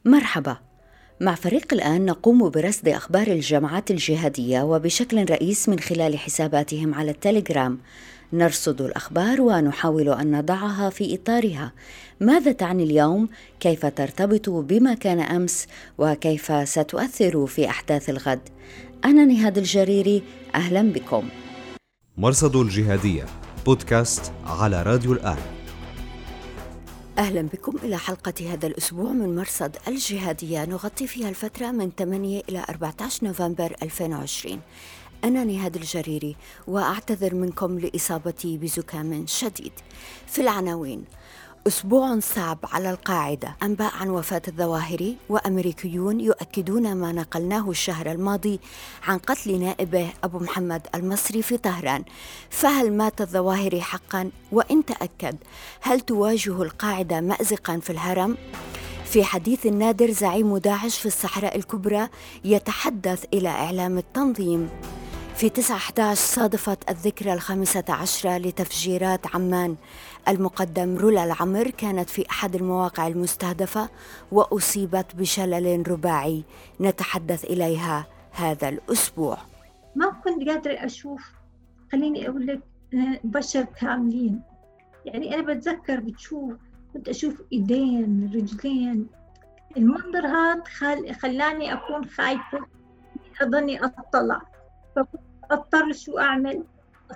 مرحبا. مع فريق الآن نقوم برصد أخبار الجماعات الجهادية وبشكل رئيس من خلال حساباتهم على التليجرام. نرصد الأخبار ونحاول أن نضعها في إطارها. ماذا تعني اليوم؟ كيف ترتبط بما كان أمس؟ وكيف ستؤثر في أحداث الغد؟ أنا نهاد الجريري، أهلا بكم. مرصد الجهادية بودكاست على راديو الآن. أهلا بكم إلى حلقة هذا الأسبوع من مرصد الجهادية، نغطي فيها الفترة من 8 إلى 14 نوفمبر 2020. أنا نهاد الجريري وأعتذر منكم لإصابتي بزكام شديد. في العناوين: أسبوع صعب على القاعدة، أنباء عن وفاة الظواهري، وأمريكيون يؤكدون ما نقلناه الشهر الماضي عن قتل نائبه أبو محمد المصري في طهران. فهل مات الظواهري حقا؟ وإن تأكد، هل تواجه القاعدة مأزقا في الهرم؟ في حديث نادر، زعيم داعش في الصحراء الكبرى يتحدث إلى إعلام التنظيم. في 9/11 صادفت الذكرى 15 لتفجيرات عمان. المقدم رولا العمر كانت في أحد المواقع المستهدفة وأصيبت بشلل رباعي نتحدث إليها هذا الأسبوع. ما كنت قادرة أشوف، خليني أقول لك، بشر كاملين. يعني أنا بتذكر كنت أشوف إيدين رجلين. المنظر هذا خلاني أكون خايفة، أظني أطلع، فكنت أضطر شو أعمل؟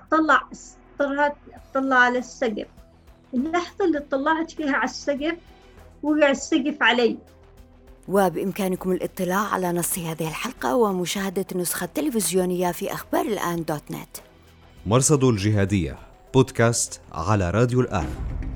أطلع على السقف. اللحظة اللي طلعت فيها على السقف وقع السقف علي. وبإمكانكم الاطلاع على نص هذه الحلقة ومشاهدة النسخة التلفزيونية في أخبار الآن .net. مرصد الجهادية بودكاست على راديو الآن.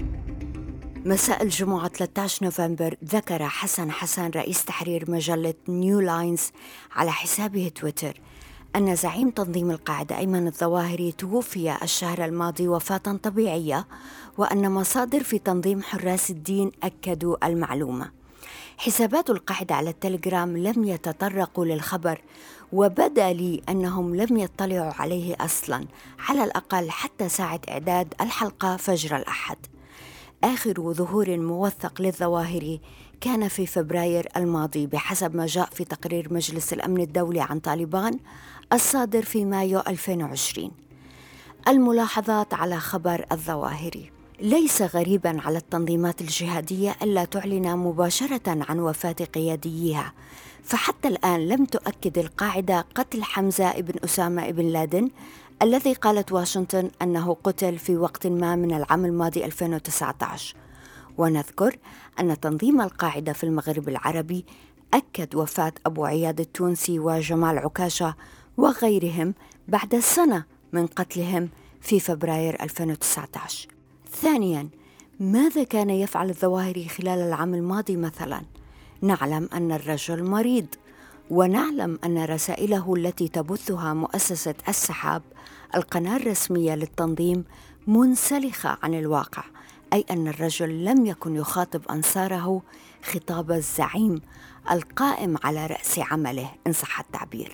مساء الجمعة 13 نوفمبر ذكر حسن رئيس تحرير مجلة نيو لاينز على حسابه تويتر أن زعيم تنظيم القاعدة أيمن الظواهري توفي الشهر الماضي وفاة طبيعية، وأن مصادر في تنظيم حراس الدين أكدوا المعلومة. حسابات القاعدة على التليجرام لم يتطرقوا للخبر، وبدا لي أنهم لم يطلعوا عليه أصلاً، على الأقل حتى ساعة إعداد الحلقة فجر الأحد. آخر ظهور موثق للظواهري كان في فبراير الماضي بحسب ما جاء في تقرير مجلس الأمن الدولي عن طالبان الصادر في مايو 2020. الملاحظات على خبر الظواهري: ليس غريباً على التنظيمات الجهادية ألا تعلن مباشرة عن وفاة قياديها، فحتى الآن لم تؤكد القاعدة قتل حمزة بن أسامة بن لادن الذي قالت واشنطن أنه قتل في وقت ما من العام الماضي 2019. ونذكر أن تنظيم القاعدة في المغرب العربي أكد وفاة أبو عياد التونسي وجمال عكاشة وغيرهم بعد سنة من قتلهم في فبراير 2019. ثانياً، ماذا كان يفعل الظواهري خلال العام الماضي مثلاً؟ نعلم أن الرجل مريض، ونعلم أن رسائله التي تبثها مؤسسة السحاب، القناة الرسمية للتنظيم، منسلخة عن الواقع، أي أن الرجل لم يكن يخاطب أنصاره خطاب الزعيم القائم على رأس عمله إن صح التعبير.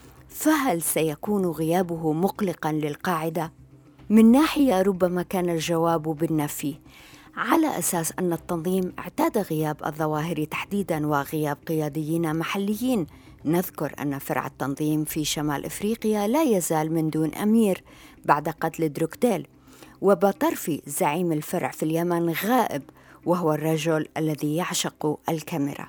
فهل سيكون غيابه مقلقاً للقاعدة؟ من ناحية ربما كان الجواب بالنفي، على أساس أن التنظيم اعتاد غياب الظواهري تحديداً وغياب قياديين محليين. نذكر أن فرع التنظيم في شمال إفريقيا لا يزال من دون أمير بعد قتل دروكديل، وبطرفي زعيم الفرع في اليمن غائب، وهو الرجل الذي يعشق الكاميرا.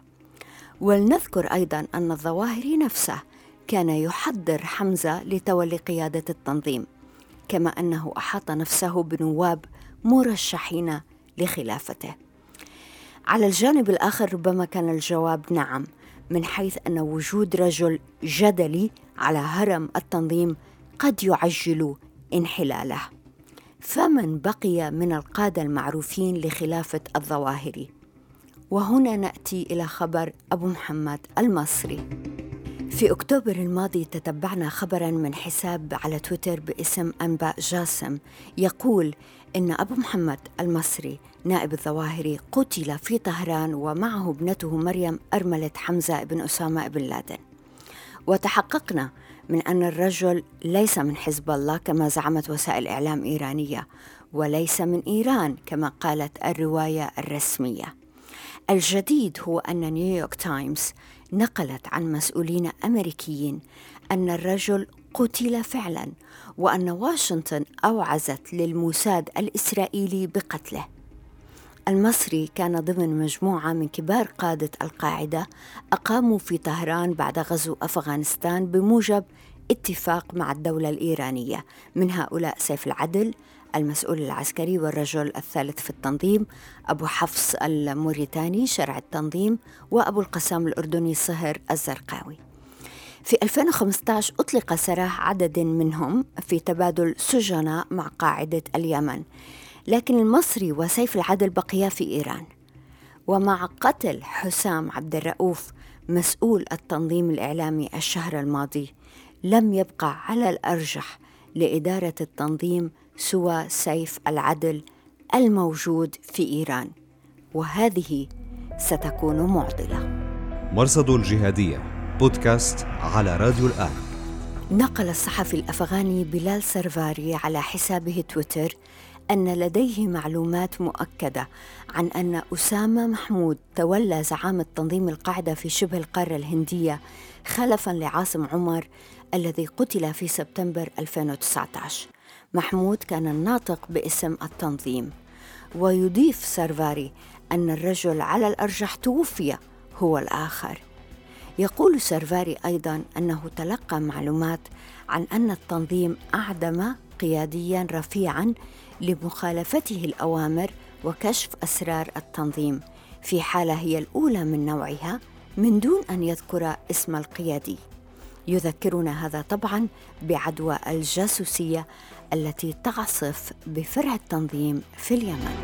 ولنذكر أيضاً أن الظواهري نفسه كان يحضر حمزة لتولي قيادة التنظيم، كما أنه أحاط نفسه بنواب مرشحين لخلافته. على الجانب الآخر ربما كان الجواب نعم، من حيث أن وجود رجل جدلي على هرم التنظيم قد يعجل انحلاله. فمن بقي من القادة المعروفين لخلافة الظواهري؟ وهنا نأتي إلى خبر أبو محمد المصري. في أكتوبر الماضي تتبعنا خبراً من حساب على تويتر باسم أنباء جاسم يقول إن أبو محمد المصري نائب الظواهري قتل في طهران ومعه ابنته مريم أرملة حمزة بن أسامة بن لادن. وتحققنا من أن الرجل ليس من حزب الله كما زعمت وسائل إعلام إيرانية، وليس من إيران كما قالت الرواية الرسمية. الجديد هو أن نيويورك تايمز نقلت عن مسؤولين أمريكيين أن الرجل قتل فعلاً، وأن واشنطن أوعزت للموساد الإسرائيلي بقتله. المصري كان ضمن مجموعة من كبار قادة القاعدة أقاموا في طهران بعد غزو أفغانستان بموجب اتفاق مع الدولة الإيرانية. من هؤلاء سيف العدل المسؤول العسكري والرجل الثالث في التنظيم، أبو حفص الموريتاني شرع التنظيم، وأبو القسام الأردني صهر الزرقاوي. في 2015 أطلق سراح عدد منهم في تبادل سجناء مع قاعدة اليمن، لكن المصري وسيف العدل بقيا في إيران. ومع قتل حسام عبد الرؤوف مسؤول التنظيم الإعلامي الشهر الماضي، لم يبقى على الأرجح لإدارة التنظيم سوى سيف العدل الموجود في إيران، وهذه ستكون معضلة. مرصد الجهادية بودكاست على راديو الآن. نقل الصحفي الأفغاني بلال سرفاري على حسابه تويتر أن لديه معلومات مؤكدة عن أن أسامة محمود تولى زعامة تنظيم القاعدة في شبه القارة الهندية خلفاً لعاصم عمر الذي قتل في سبتمبر 2019. محمود كان الناطق باسم التنظيم. ويضيف سرفاري أن الرجل على الأرجح توفي هو الآخر. يقول سرفاري أيضاً أنه تلقى معلومات عن أن التنظيم أعدم قيادياً رفيعاً لمخالفته الأوامر وكشف أسرار التنظيم في حالة هي الأولى من نوعها من دون أن يذكر اسم القيادي. يذكرنا هذا طبعاً بعدوى الجاسوسية التي تعصف بفرع التنظيم في اليمن.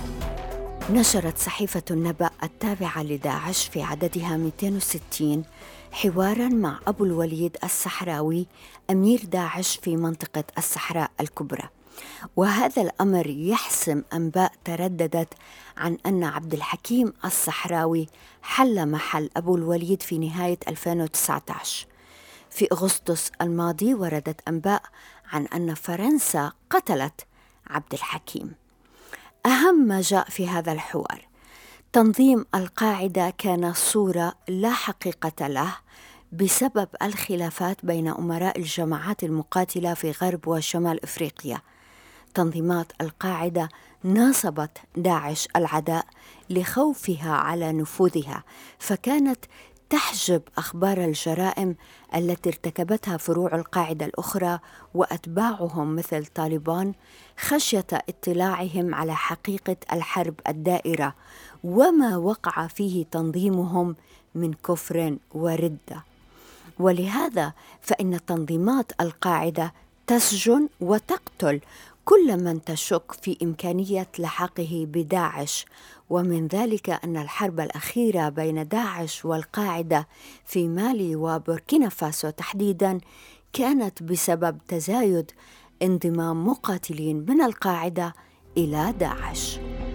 نشرت صحيفة النبأ التابعة لداعش في عددها 260 حواراً مع أبو الوليد الصحراوي أمير داعش في منطقة الصحراء الكبرى، وهذا الأمر يحسم أنباء ترددت عن أن عبد الحكيم الصحراوي حل محل أبو الوليد في نهاية 2019. في أغسطس الماضي وردت أنباء عن أن فرنسا قتلت عبد الحكيم. أهم ما جاء في هذا الحوار: تنظيم القاعدة كان صورة لا حقيقة له بسبب الخلافات بين أمراء الجماعات المقاتلة في غرب وشمال إفريقيا. تنظيمات القاعدة ناصبت داعش العداء لخوفها على نفوذها، فكانت تحجب أخبار الجرائم التي ارتكبتها فروع القاعدة الأخرى وأتباعهم مثل طالبان، خشية اطلاعهم على حقيقة الحرب الدائرة وما وقع فيه تنظيمهم من كفر وردة. ولهذا فإن تنظيمات القاعدة تسجن وتقتل كل من تشك في إمكانية لحاقه بداعش، ومن ذلك أن الحرب الأخيرة بين داعش والقاعدة في مالي وبوركينا فاسو تحديداً كانت بسبب تزايد انضمام مقاتلين من القاعدة إلى داعش.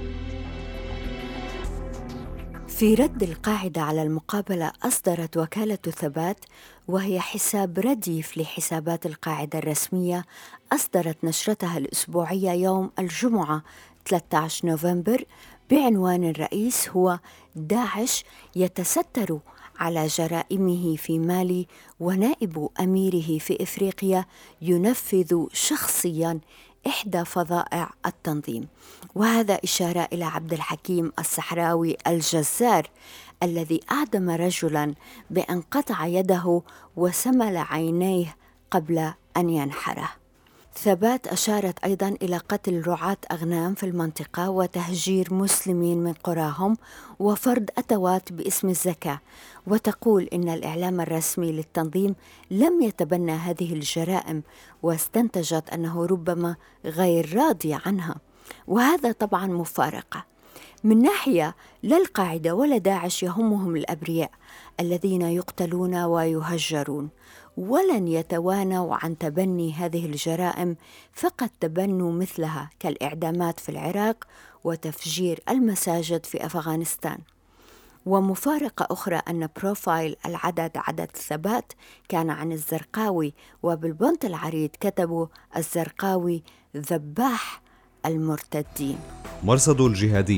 في رد القاعدة على المقابلة، أصدرت وكالة ثبات، وهي حساب رديف لحسابات القاعدة الرسمية، أصدرت نشرتها الأسبوعية يوم الجمعة 13 نوفمبر بعنوان الرئيس هو داعش يتستر على جرائمه في مالي، ونائب أميره في إفريقيا ينفذ شخصياً إحدى فظائع التنظيم. وهذا إشارة إلى عبد الحكيم الصحراوي الجزار الذي أعدم رجلاً بأن قطع يده وسمل عينيه قبل أن ينحره. ثبات أشارت أيضاً إلى قتل رعاة أغنام في المنطقة وتهجير مسلمين من قراهم وفرض أتوات باسم الزكاة، وتقول إن الإعلام الرسمي للتنظيم لم يتبنى هذه الجرائم، واستنتجت أنه ربما غير راضي عنها، وهذا طبعاً مفارقة. من ناحية لا القاعدة ولا داعش يهمهم الأبرياء الذين يقتلون ويهجرون، ولن يتوانوا عن تبني هذه الجرائم، فقد تبنوا مثلها كالإعدامات في العراق وتفجير المساجد في أفغانستان. ومفارقة أخرى أن بروفايل عدد الثبات كان عن الزرقاوي، وبالبنط العريض كتبوا الزرقاوي ذباح المرتدين. مرصد الجهادية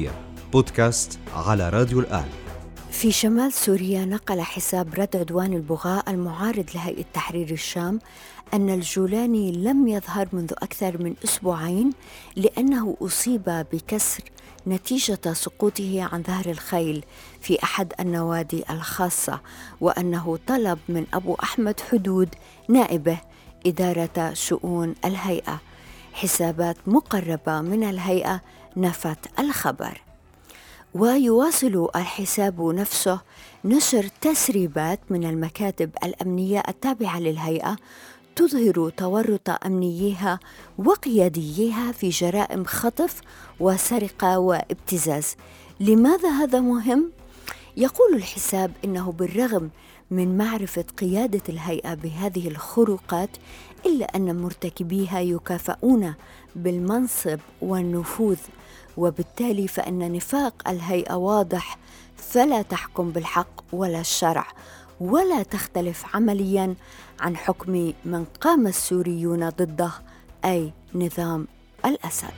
بودكاست على راديو الآن. في شمال سوريا نقل حساب رد عدوان البغاء المعارض لهيئة تحرير الشام أن الجولاني لم يظهر منذ أكثر من أسبوعين لأنه أصيب بكسر نتيجة سقوطه عن ظهر الخيل في أحد النوادي الخاصة، وأنه طلب من أبو أحمد حدود نائبه إدارة شؤون الهيئة. حسابات مقربة من الهيئة نفت الخبر. ويواصل الحساب نفسه نشر تسريبات من المكاتب الأمنية التابعة للهيئة تظهر تورط أمنييها وقيادييها في جرائم خطف وسرقة وابتزاز. لماذا هذا مهم؟ يقول الحساب إنه بالرغم من معرفة قيادة الهيئة بهذه الخروقات، إلا أن مرتكبيها يكافئون بالمنصب والنفوذ، وبالتالي فإن نفاق الهيئة واضح، فلا تحكم بالحق ولا الشرع، ولا تختلف عملياً عن حكم من قام السوريون ضده، أي نظام الأسد.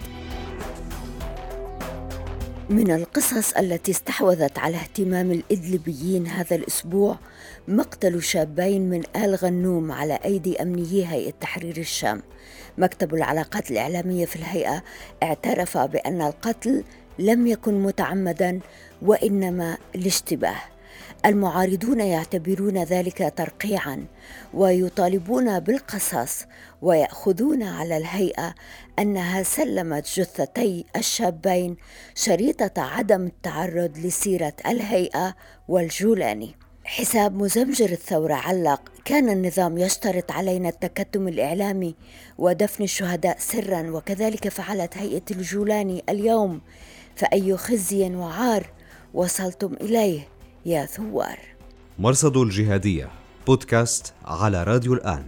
من القصص التي استحوذت على اهتمام الإدلبيين هذا الأسبوع مقتل شابين من آل غنوم على أيدي أمنيي هيئة تحرير الشام. مكتب العلاقات الإعلامية في الهيئة اعترف بأن القتل لم يكن متعمداً وإنما الاشتباه. المعارضون يعتبرون ذلك ترقيعاً ويطالبون بالقصاص، ويأخذون على الهيئة أنها سلمت جثتي الشابين شريطة عدم التعرض لسيرة الهيئة والجولاني. حساب مزمجر الثورة علق: كان النظام يشترط علينا التكتم الإعلامي ودفن الشهداء سراً، وكذلك فعلت هيئة الجولاني اليوم، فأي خزي وعار وصلتم إليه يا ثوار. مرصد الجهادية بودكاست على راديو الآن.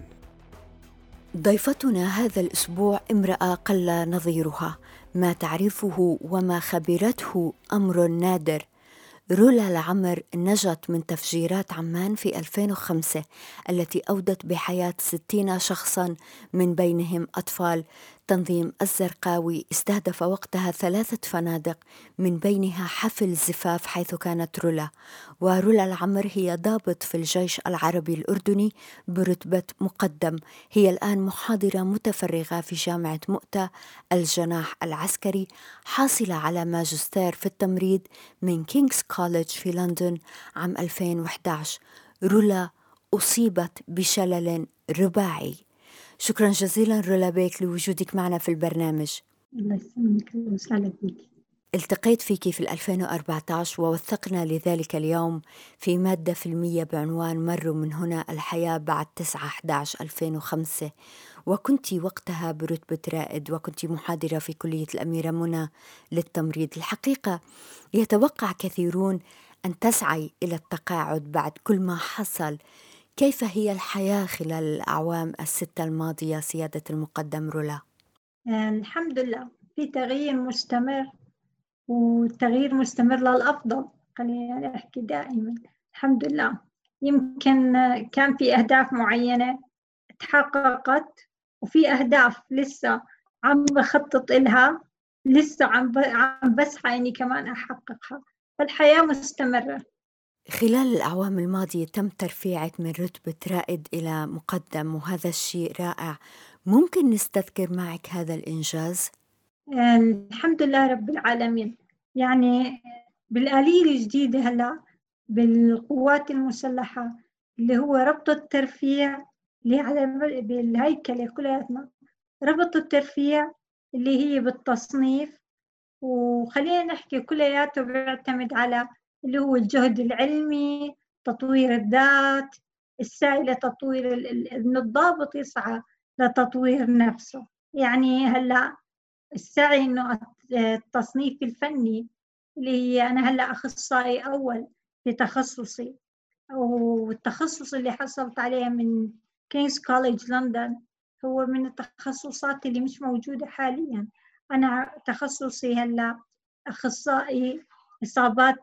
ضيفتنا هذا الأسبوع امرأة قل نظيرها، ما تعرفه وما خبرته أمر نادر. رولا العمر نجت من تفجيرات عمان في 2005 التي أودت بحياة 60 شخصاً، من بينهم أطفال. تنظيم الزرقاوي استهدف وقتها 3 فنادق، من بينها حفل زفاف حيث كانت رولا. ورولا العمر هي ضابط في الجيش العربي الأردني برتبة مقدم. هي الآن محاضرة متفرغة في جامعة مؤتة الجناح العسكري، حاصلة على ماجستير في التمريض من كينغز كوليدج في لندن عام 2011. رولا أصيبت بشلل رباعي. شكرا جزيلا رولا بيك لوجودك معنا في البرنامج. الله يسلمك ويسعدك بك. التقيت فيك في 2014 ووثقنا لذلك اليوم في مادة فيلمية بعنوان مروا من هنا الحياة بعد 9/11/2005، وكنت وقتها برتبة رائد، وكنت محاضرة في كلية الأميرة منى للتمريض. الحقيقة يتوقع كثيرون أن تسعي إلى التقاعد بعد كل ما حصل. كيف هي الحياة خلال الأعوام 6 الماضية سيادة المقدم رولا؟ الحمد لله في تغيير مستمر، والتغيير مستمر للأفضل. خلينا نحكي دائما الحمد لله. يمكن كان في أهداف معينة تحققت، وفي أهداف لسه عم بخطط إلها، لسه عم بسعى إني كمان أحققها. فالحياة مستمرة. خلال الأعوام الماضية تم ترفيعك من رتبة رائد إلى مقدم، وهذا الشيء رائع. ممكن نستذكر معك هذا الإنجاز؟ الحمد لله رب العالمين. يعني بالآلية الجديدة هلأ بالقوات المسلحة، اللي هو ربط الترفيع اللي على بالهيكلة كلياتنا، ربط الترفيع اللي هي بالتصنيف. وخلينا نحكي كلياته بيعتمد على اللي هو الجهد العلمي، تطوير الذات، السعي لتطوير إن الضابط يسعى لتطوير نفسه. يعني هلأ السعي إنه التصنيف الفني، اللي هي أنا هلأ أخصائي أول في تخصصي، والتخصص اللي حصلت عليه من كينغز كوليدج لندن هو من التخصصات اللي مش موجودة حاليا. أنا تخصصي هلأ أخصائي إصابات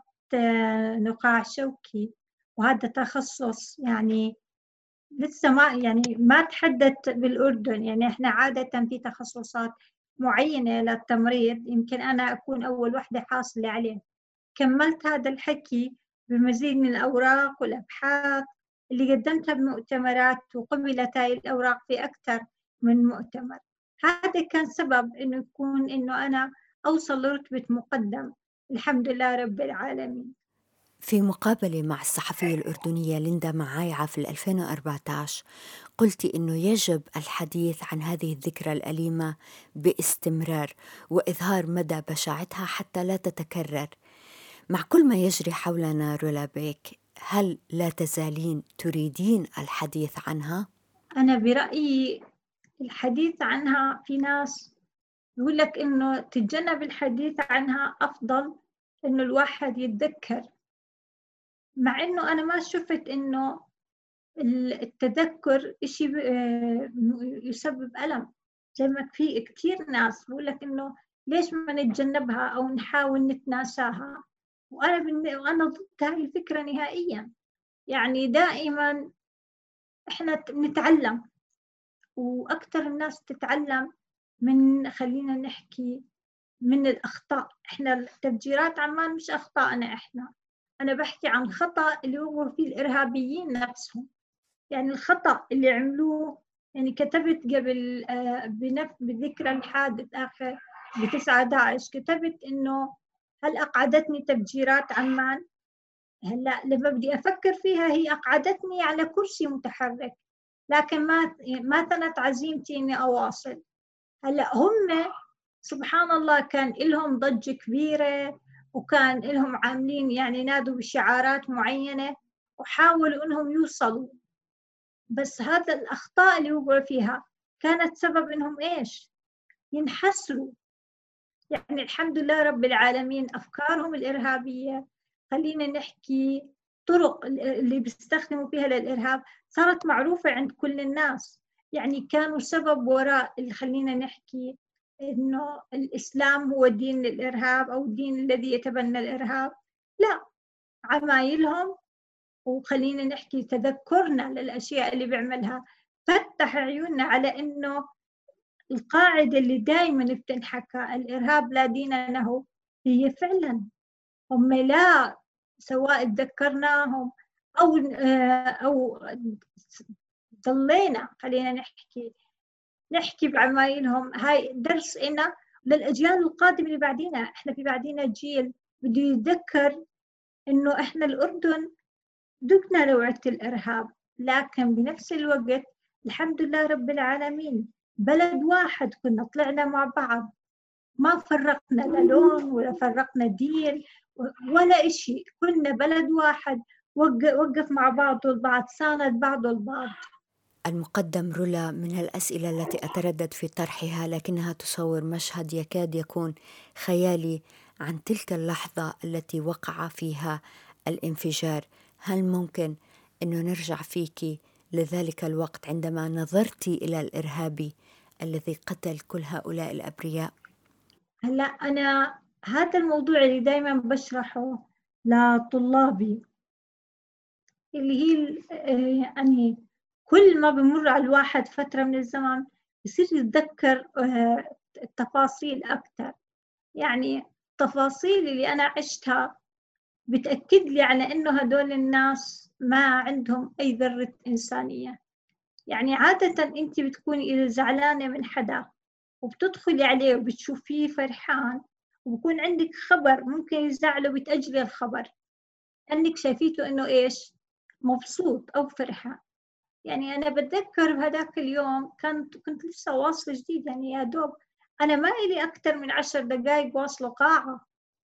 نقاع شوكي، وهذا تخصص يعني لسه ما تحدث بالأردن. يعني إحنا عادة في تخصصات معينة للتمريض، يمكن أنا أكون أول وحدة حاصلة عليه. كملت هذا الحكي بمزيد من الأوراق والأبحاث اللي قدمتها بمؤتمرات، وقبلت هاي الأوراق في أكثر من مؤتمر. هذا كان سبب إنه أنا أوصل لرتبة مقدم، الحمد لله رب العالمين. في مقابلة مع الصحفية الأردنية ليندا معايعة في 2014 قلت إنه يجب الحديث عن هذه الذكرى الأليمة باستمرار وإظهار مدى بشاعتها حتى لا تتكرر. مع كل ما يجري حولنا رولا بيك، هل لا تزالين تريدين الحديث عنها؟ أنا برأيي الحديث عنها، في ناس يقول لك إنه تتجنب الحديث عنها أفضل، إنه الواحد يتذكر، مع إنه أنا ما شفت إنه التذكر إشي يسبب ألم. زي ما في كتير ناس بقول لك إنه ليش ما نتجنبها أو نحاول نتناساها، وأنا ضد هاي الفكرة نهائيا. يعني دائما إحنا نتعلم، وأكثر الناس تتعلم خلينا نحكي من الأخطاء. إحنا التفجيرات عمان مش أخطاءنا إحنا، أنا بحكي عن خطأ اللي هو فيه الإرهابيين نفسهم. يعني الخطأ اللي عملوه، يعني كتبت قبل بذكرى الحادث آخر ب9/11 كتبت إنه هل أقعدتني تفجيرات عمان؟ هلا لما بدي أفكر فيها، هي أقعدتني على كرسي متحرك، لكن ما ثنت عزيمتي إني أواصل. هلا هم سبحان الله كان لهم ضجة كبيرة، وكان لهم عاملين يعني نادوا بشعارات معينة وحاولوا إنهم يوصلوا، بس هذا الأخطاء اللي وقعوا فيها كانت سبب إنهم إيش؟ ينحسروا. يعني الحمد لله رب العالمين أفكارهم الإرهابية، خلينا نحكي طرق اللي بيستخدموا فيها للإرهاب صارت معروفة عند كل الناس. يعني كانوا سبب وراء اللي خلينا نحكي إنه الإسلام هو دين الإرهاب أو الدين الذي يتبنى الإرهاب، لا، عمايلهم وخلينا نحكي تذكرنا للأشياء اللي بيعملها فتح عيوننا على إنه القاعدة اللي دائما بتنحكى الإرهاب لا دين له، هي فعلا هم لا، سواء تذكرناهم أو ضلينا خلينا نحكي بعمايلهم. هاي درس إنا للأجيال القادمة اللي بعدينا. إحنا في بعدينا جيل بده يتذكر إنه إحنا الأردن ذقنا لوعة الإرهاب، لكن بنفس الوقت الحمد لله رب العالمين بلد واحد كنا، طلعنا مع بعض، ما فرقنا لا لون ولا فرقنا دين ولا إشي، كنا بلد واحد وقف مع بعض البعض، ساند بعض البعض. المقدم رولا من الأسئلة التي أتردد في طرحها، لكنها تصور مشهد يكاد يكون خيالي عن تلك اللحظة التي وقع فيها الانفجار. هل ممكن أنه نرجع فيك لذلك الوقت عندما نظرتي إلى الإرهابي الذي قتل كل هؤلاء الأبرياء؟ هلا أنا هذا الموضوع اللي دايما بشرحه لطلابي، اللي هي يعني كل ما بمر على الواحد فترة من الزمن يصير يتذكر التفاصيل أكثر. يعني التفاصيل اللي أنا عشتها بتأكد لي على إنه هدول الناس ما عندهم أي ذرة إنسانية. يعني عادة أنت بتكوني إذا زعلانة من حدا وبتدخلي عليه وبتشوفيه فرحان وبكون عندك خبر ممكن يزعله، بتأجلي الخبر أنك شايفيته إنه إيش مبسوط أو فرحان. يعني أنا بتذكر بهذاك اليوم كنت لسه واصلة جديد، يعني يا دوب أنا ما إلي أكثر من 10 دقايق واصلة قاعة،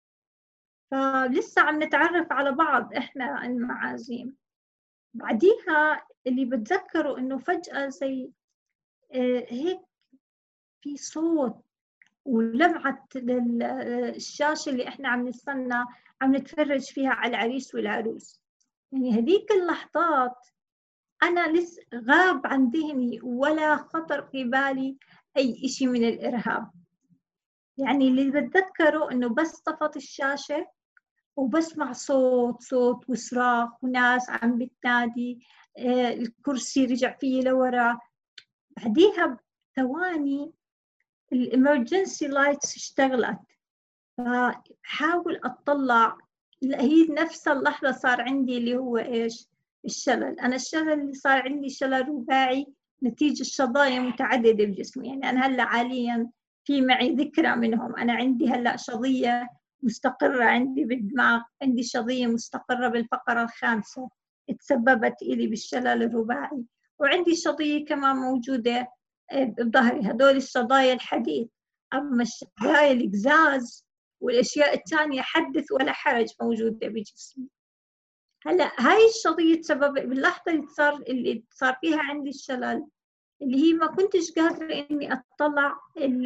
فلسه عم نتعرف على بعض إحنا المعازيم. بعديها اللي بتذكره إنه فجأة زي هيك في صوت ولمعة الشاشة اللي إحنا عم نستنى عم نتفرج فيها على العريس والعروس. يعني هذيك اللحظات أنا لسه غاب عن ذهني ولا خطر في بالي أي إشي من الإرهاب. يعني اللي بتذكره إنه بس طفت الشاشة وبسمع صوت وصراخ وناس عم بتنادي، الكرسي رجع فيه لورا. بعديها بثواني الإمرجنسي لايتس اشتغلت، فحاول أطلع هي نفس اللحظة صار عندي اللي هو إيش الشلل. أنا الشلل اللي صار عندي شلل رباعي نتيجة شظايا متعددة بجسمي. يعني أنا هلأ حاليا في معي ذكرى منهم. أنا عندي هلأ شظية مستقرة عندي بالدماغ، عندي شظية مستقرة بالفقرة الخامسة تسببت إلي بالشلل الرباعي، وعندي شظية كمان موجودة بظهري. هدول الشظايا الحديد. أما الشظايا القزاز والأشياء الثانية حدث ولا حرج موجودة بجسمي. هلا هاي الشظية تسبب باللحظة اللي صار فيها عندي الشلل، اللي هي ما كنتش قادرة إني أطلع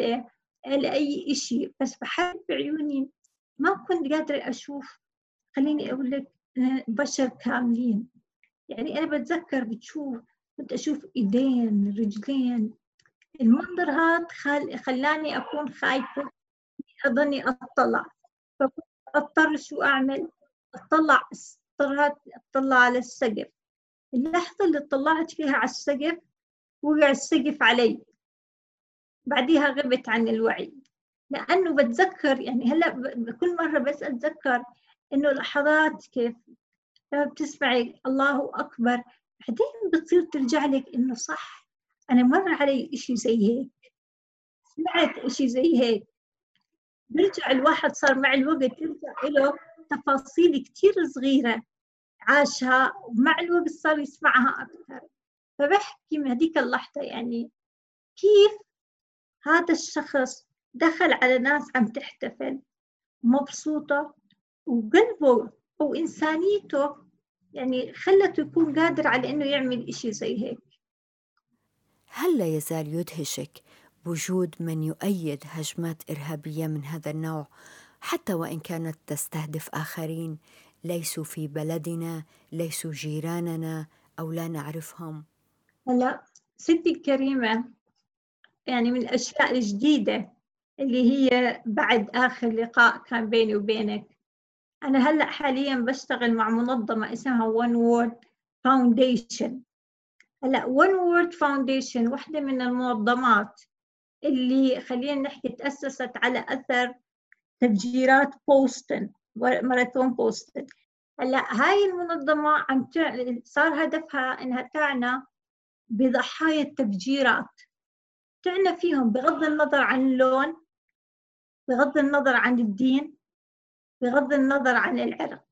لأي إشي، بس بحب بعيوني ما كنت قادرة أشوف. خليني أقول لك بشر كاملين. يعني أنا بتذكر كنت أشوف إيدين رجلين. المنظر هذا خلاني أكون خايفة أظني أطلع. فكنت أضطر شو أعمل؟ اضطريت أطلع على السقف. اللحظة اللي طلعت فيها على السقف وقع السقف علي، بعديها غبت عن الوعي. لأنه بتذكر يعني هلأ كل مرة بس أتذكر إنه لحظات كيف بتسمعي الله أكبر، بعدين بتصير ترجع لك إنه صح أنا مر علي إشي زي هيك، سمعت إشي زي هيك. بيرجع الواحد صار مع الوقت يرجع له تفاصيل كتير صغيرة عاشها، ومع الوقت صار يسمعها أكثر. فبحكي من هذيك اللحظة يعني كيف هذا الشخص دخل على ناس عم تحتفل مبسوطة، وقلبه وإنسانيته يعني خلته يكون قادر على إنه يعمل إشي زي هيك. هل لا يزال يدهشك وجود من يؤيد هجمات إرهابية من هذا النوع، حتى وإن كانت تستهدف آخرين ليسوا في بلدنا، ليسوا جيراننا أو لا نعرفهم؟ هلا ستي الكريمة، يعني من الأشياء الجديدة اللي هي بعد آخر لقاء كان بيني وبينك، أنا هلأ حالياً بشتغل مع منظمة اسمها One World Foundation. هلأ One World Foundation واحدة من المنظمات اللي خلينا نحكي تأسست على أثر تفجيرات ماراثون بوسطن. هلأ هاي المنظمة صار هدفها إنها تعنى بضحايا التفجيرات، تعنى فيهم بغض النظر عن اللون، بغض النظر عن الدين، بغض النظر عن العرق.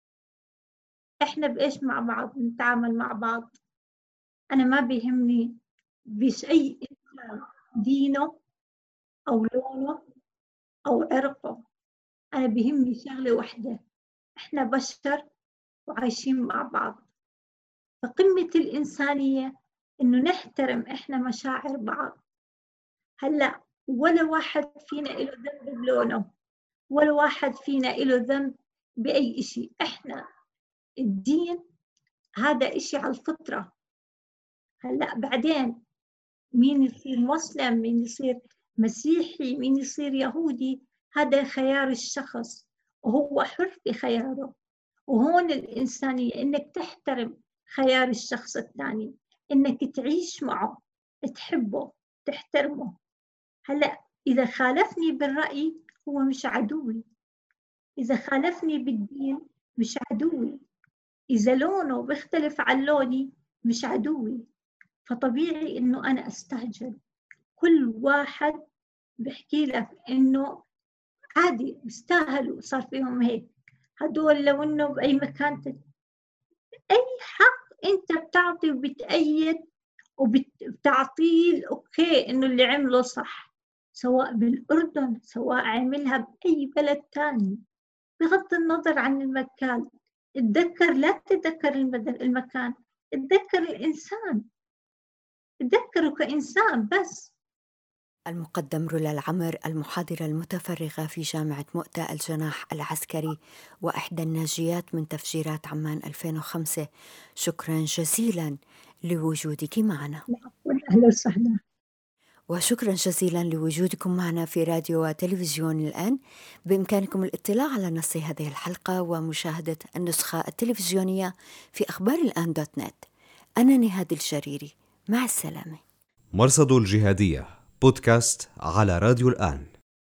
إحنا بإيش مع بعض نتعامل مع بعض؟ أنا ما بيهمني أي إنسان دينه أو لونه أو عرقه، أنا بيهمني شغلة واحدة، إحنا بشر وعايشين مع بعض. فقمة الإنسانية إنه نحترم إحنا مشاعر بعض. هلأ ولا واحد فينا إله ذنب بلونه، ولا واحد فينا إله ذنب بأي إشي. إحنا الدين هذا إشي على الفطرة. هلأ بعدين مين يصير مسلم، مين يصير مسيحي، مين يصير يهودي، هذا خيار الشخص وهو حر في خياره. وهون الإنسانية إنك تحترم خيار الشخص الثاني، إنك تعيش معه، تحبه، تحترمه. هلأ إذا خالفني بالرأي هو مش عدوي، إذا خالفني بالدين مش عدوي، إذا لونه بيختلف عن لوني مش عدوي. فطبيعي إنه أنا أستعجل. كل واحد بحكي لك إنه عادي بيستاهلوا صار فيهم هيك. هدول لو إنه بأي مكان أي حق أنت بتعطي وبتأيد وبتعطيه أوكي إنه اللي عمله صح، سواء بالأردن سواء عملها بأي بلد تاني، بغض النظر عن المكان. اتذكر لا تتذكر المكان، اتذكر الإنسان، اتذكره كإنسان بس. المقدم رولا العمر، المحاضرة المتفرغة في جامعة مؤتة الجناح العسكري وإحدى الناجيات من تفجيرات عمان 2005، شكرا جزيلا لوجودك معنا. أهلا وسهلا. وشكرا جزيلا لوجودكم معنا في راديو وتلفزيون الآن. بإمكانكم الاطلاع على نص هذه الحلقة ومشاهدة النسخة التلفزيونية في أخبار الآن .net. أنا نهاد الجريري، مع السلامة. مرصد الجهادية بودكاست على راديو الآن.